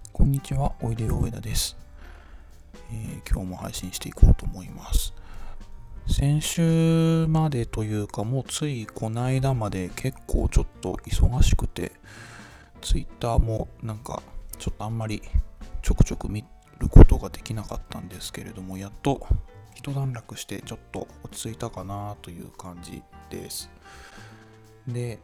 こんにちは、おいでよ上田です。今日も配信していこうと思います。先週までというか、もうついこの間まで結構ちょっと忙しくて、ツイッターもちょっとあんまりちょくちょく見ることができなかったんですけれども、やっと一段落してちょっと落ち着いたかなという感じです。で、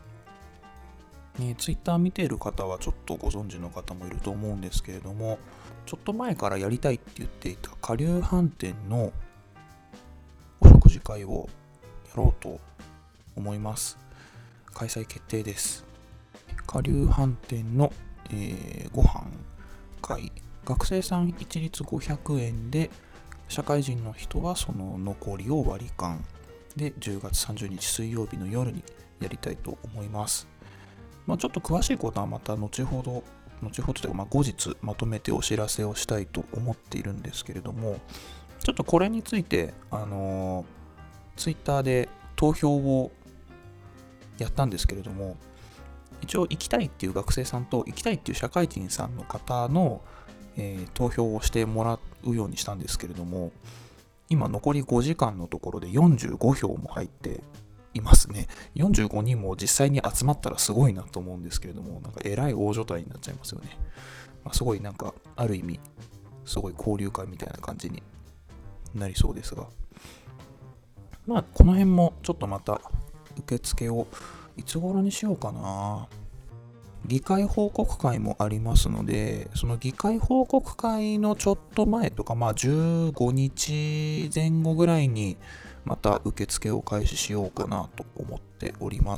ツイッター見ている方はちょっとご存知の方もいると思うんですけれども、ちょっと前からやりたいって言っていた顆粒飯店のお食事会をやろうと思います。開催決定です。顆粒飯店の、ご飯会、学生さん一律500円で、社会人の人はその残りを割り勘で10月30日水曜日の夜にやりたいと思います。ちょっと詳しいことはまた後ほどというか後日まとめてお知らせをしたいと思っているんですけれども、ちょっとこれについてツイッターで投票をやったんですけれども、一応行きたいっていう学生さんと行きたいっていう社会人さんの方の、投票をしてもらうようにしたんですけれども、今残り5時間のところで45票も入っていますね。45人も実際に集まったらすごいなと思うんですけれども、えらい大所帯になっちゃいますよね。すごいある意味すごい交流会みたいな感じになりそうですが、この辺もちょっとまた受付をいつ頃にしようかな。議会報告会もありますので、その議会報告会のちょっと前とか、15日前後ぐらいにまた受付を開始しようかなと思っております。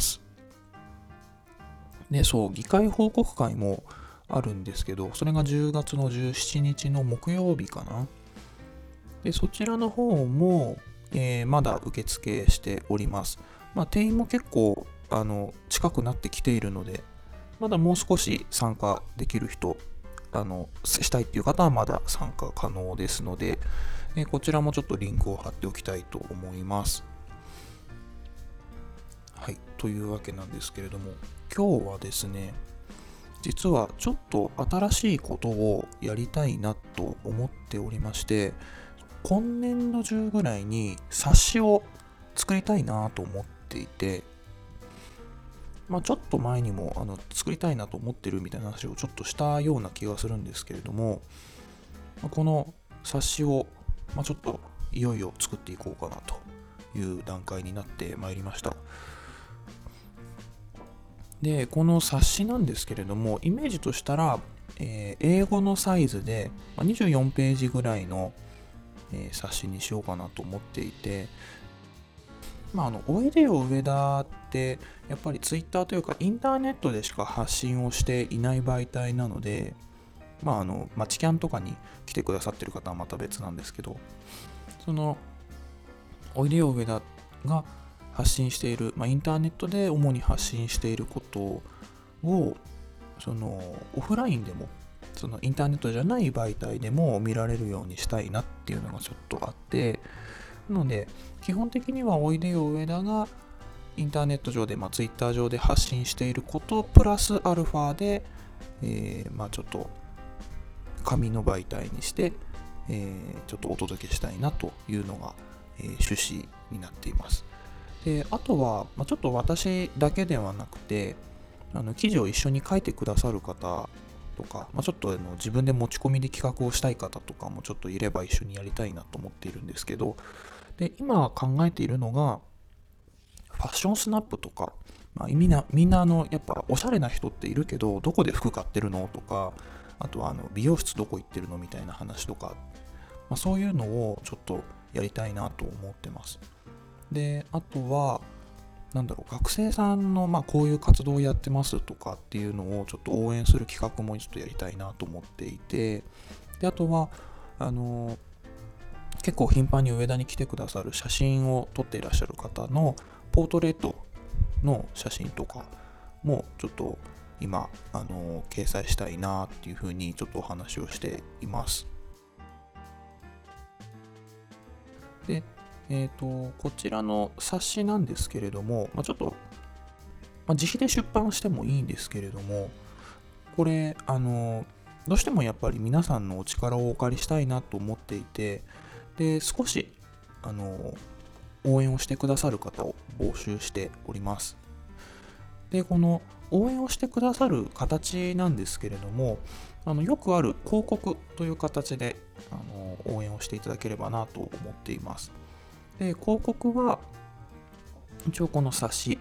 で、そう、議会報告会もあるんですけど、それが10月の17日の木曜日かな。で、そちらの方も、まだ受付しております。定員も結構近くなってきているので、まだもう少し参加できる人、したいっていう方はまだ参加可能ですので、こちらもちょっとリンクを貼っておきたいと思います。はい、というわけなんですけれども、今日はですね、実はちょっと新しいことをやりたいなと思っておりまして、今年度中ぐらいに冊子を作りたいなと思っていて、ちょっと前にも作りたいなと思ってるみたいな話をちょっとしたような気がするんですけれども、この冊子を、ちょっといよいよ作っていこうかなという段階になってまいりました。で、この冊子なんですけれども、イメージとしたら、英語のサイズで24ページぐらいの、冊子にしようかなと思っていて、おいでよ上田ってやっぱりツイッターというかインターネットでしか発信をしていない媒体なので、街キャンとかに来てくださってる方はまた別なんですけど、そのおいでよ上田が発信している、インターネットで主に発信していることをオフラインでもそのインターネットじゃない媒体でも見られるようにしたいなっていうのがちょっとあって、なので基本的にはおいでよ上田がインターネット上で、ツイッター上で発信していることプラスアルファで、ちょっと紙の媒体にして、ちょっとお届けしたいなというのが、趣旨になっています。で、あとは、ちょっと私だけではなくて、記事を一緒に書いてくださる方とか、ちょっと自分で持ち込みで企画をしたい方とかもちょっといれば一緒にやりたいなと思っているんですけど、で、今考えているのが、ファッションスナップとか、みんなやっぱおしゃれな人っているけど、どこで服買ってるのとか、あとは美容室どこ行ってるのみたいな話とか、そういうのをちょっとやりたいなと思ってます。で、あとは、学生さんの、こういう活動をやってますとかっていうのをちょっと応援する企画もちょっとやりたいなと思っていて、で、あとは、結構頻繁に上田に来てくださる写真を撮っていらっしゃる方のポートレートの写真とかもちょっと今、掲載したいなっていうふうにちょっとお話をしています。で、こちらの冊子なんですけれども、ちょっと、自費で出版してもいいんですけれども、これ、 どうしてもやっぱり皆さんのお力をお借りしたいなと思っていて、で、少し、応援をしてくださる方を募集しております。で、この応援をしてくださる形なんですけれども、よくある広告という形で、応援をしていただければなと思っています。で、広告は、一応この冊子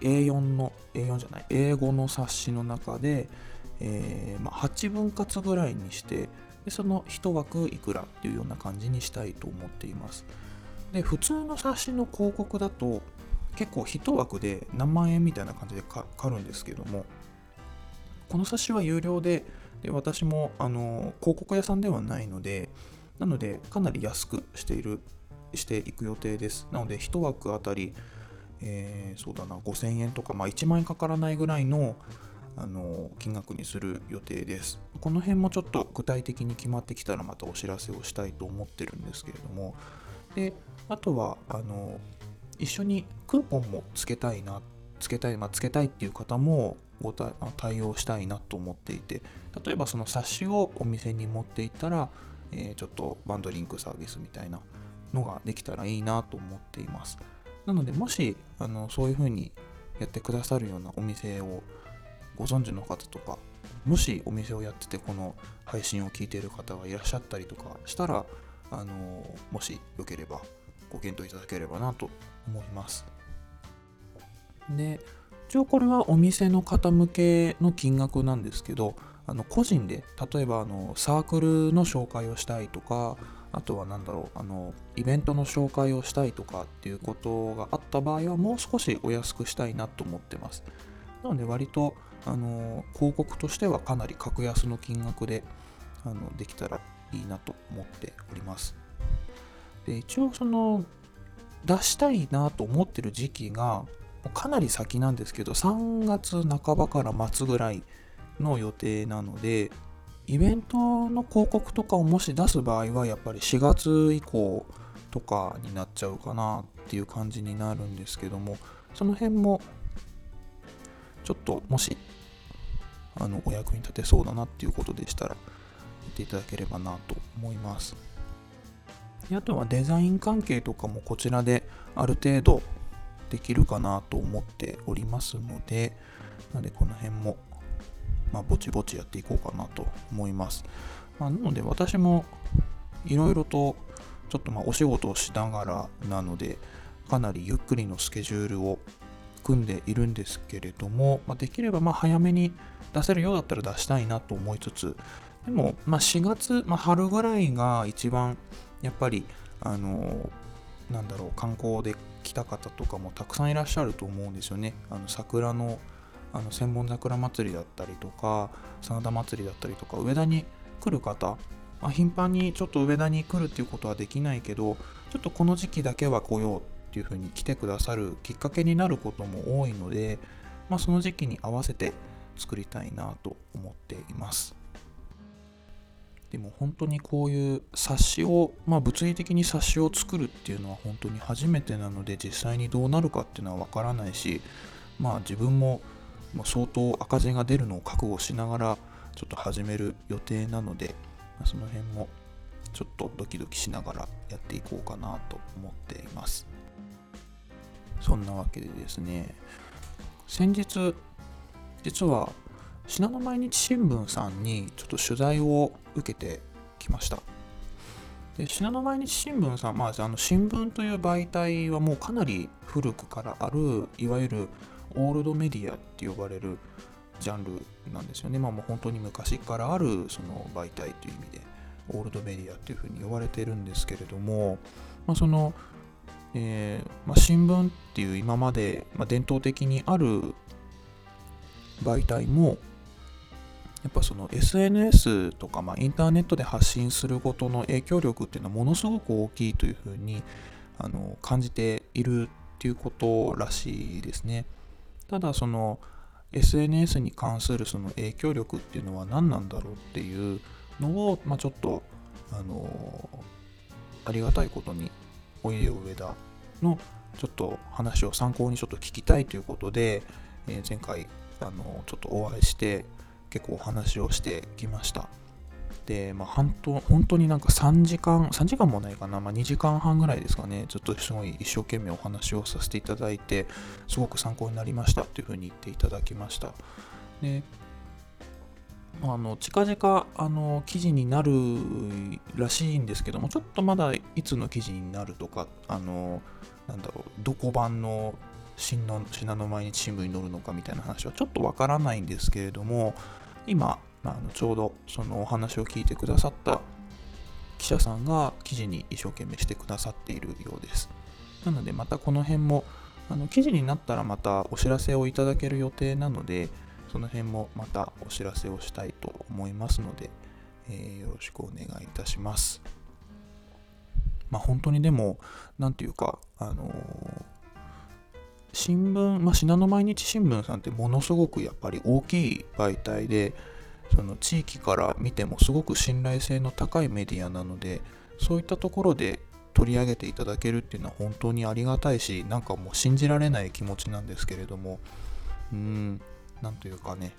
A4 じゃない、英語の冊子の中で、8分割ぐらいにして、でその1枠いくらっていうような感じにしたいと思っています。で、普通の冊子の広告だと、結構1枠で何万円みたいな感じでかかるんですけども、この冊子は有料で、私も広告屋さんではないので、なのでかなり安くしていく予定です。なので1枠あたり、そうだな、5000円とか、1万円かからないぐらいの金額にする予定です。この辺もちょっと具体的に決まってきたらまたお知らせをしたいと思ってるんですけれども、で、あとは一緒にクーポンもつけたいっていう方も対応したいなと思っていて、例えばその冊子をお店に持っていったら、ちょっとバンドリンクサービスみたいなのができたらいいなと思っています。なので、もしそういう風にやってくださるようなお店をご存知の方とか、もしお店をやっててこの配信を聞いている方がいらっしゃったりとかしたら、もしよければご検討いただければなと思います。で、一応これはお店の方向けの金額なんですけど、個人で例えばサークルの紹介をしたいとか、あとはイベントの紹介をしたいとかっていうことがあった場合は、もう少しお安くしたいなと思ってます。なので割と広告としてはかなり格安の金額でできたらいいなと思っております。で、一応出したいなと思ってる時期がかなり先なんですけど、3月半ばから末ぐらいの予定なので、イベントの広告とかをもし出す場合はやっぱり4月以降とかになっちゃうかなっていう感じになるんですけども、その辺もちょっともしお役に立てそうだなっていうことでしたら見ていただければなと思います。あとはデザイン関係とかもこちらである程度できるかなと思っておりますので、なのでこの辺もぼちぼちやっていこうかなと思います。なので私もいろいろとちょっとお仕事をしながらなので、かなりゆっくりのスケジュールを組んでいるんですけれども、できれば早めに出せるようだったら出したいなと思いつつ、でも4月、春ぐらいが一番やっぱり観光で来た方とかもたくさんいらっしゃると思うんですよね。桜の千本桜祭りだったりとか、真田祭りだったりとか、上田に来る方、頻繁にちょっと上田に来るっていうことはできないけど、ちょっとこの時期だけは来ようっていう風に来てくださるきっかけになることも多いので、その時期に合わせて作りたいなと思っています。でも本当にこういう冊子を、物理的に冊子を作るっていうのは本当に初めてなので、実際にどうなるかっていうのはわからないし、自分も相当赤字が出るのを覚悟しながらちょっと始める予定なので、その辺もちょっとドキドキしながらやっていこうかなと思っています。そんなわけでですね、先日実は信濃毎日新聞さんにちょっと取材を受けてきました。で、信濃毎日新聞さん、新聞という媒体はもうかなり古くからある、いわゆるオールドメディアって呼ばれるジャンルなんですよね。もう本当に昔からあるその媒体という意味でオールドメディアっていうふうに呼ばれているんですけれども、新聞っていう今まで、伝統的にある媒体もやっぱその SNS とか、インターネットで発信することの影響力っていうのはものすごく大きいというふうに感じているっていうことらしいですね。ただその SNS に関するその影響力っていうのは何なんだろうっていうのを、ちょっとありがたいことにおいでよ上田のちょっと話を参考にちょっと聞きたいということで、前回ちょっとお会いして結構お話をしてきました。 で、本当になんか3時間もないかな、2時間半ぐらいですかね、ちょっとすごい一生懸命お話をさせていただいて、すごく参考になりましたっていうふうに言っていただきました。で、近々記事になるらしいんですけども、ちょっとまだいつの記事になるとか、どこ版の信濃毎日新聞に載るのかみたいな話はちょっとわからないんですけれども、今、ちょうどそのお話を聞いてくださった記者さんが記事に一生懸命してくださっているようです。なのでまたこの辺も記事になったらまたお知らせをいただける予定なので、その辺もまたお知らせをしたいと思いますので、よろしくお願いいたします。本当にでもなんていうか新聞、信濃毎日新聞さんってものすごくやっぱり大きい媒体で、その地域から見てもすごく信頼性の高いメディアなので、そういったところで取り上げていただけるっていうのは本当にありがたいし、なんかもう信じられない気持ちなんですけれども、なんというかね、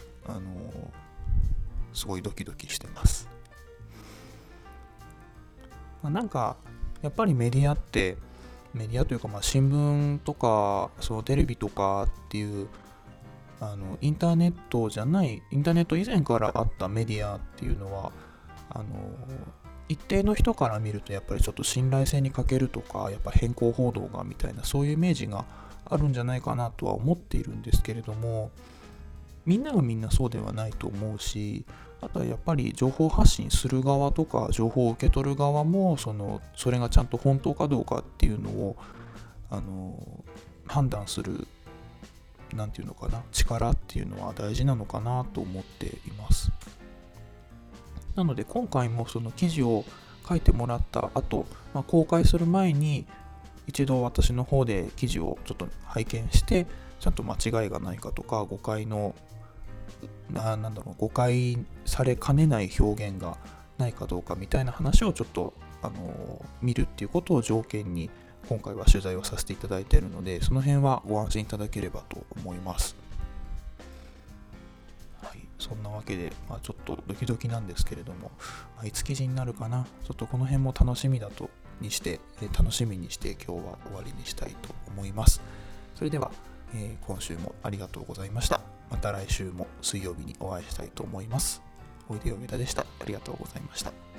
すごいドキドキしてます。なんかやっぱりメディアというか新聞とかそのテレビとかっていうインターネット以前からあったメディアっていうのは一定の人から見るとやっぱりちょっと信頼性に欠けるとか、やっぱ偏向報道がみたいな、そういうイメージがあるんじゃないかなとは思っているんですけれども、みんながみんなそうではないと思うし、あとはやっぱり情報発信する側とか情報を受け取る側もそれがちゃんと本当かどうかっていうのを判断する力っていうのは大事なのかなと思っています。なので今回もその記事を書いてもらった後、公開する前に一度私の方で記事をちょっと拝見して、ちゃんと間違いがないかとか、誤解されかねない表現がないかどうかみたいな話をちょっと見るっていうことを条件に今回は取材をさせていただいているので、その辺はご安心いただければと思います。はい、そんなわけで、ちょっとドキドキなんですけれども、いつ記事になるかな、ちょっとこの辺も楽しみにして今日は終わりにしたいと思います。それでは、今週もありがとうございました。また来週も水曜日にお会いしたいと思います。おいでよ上田でした。ありがとうございました。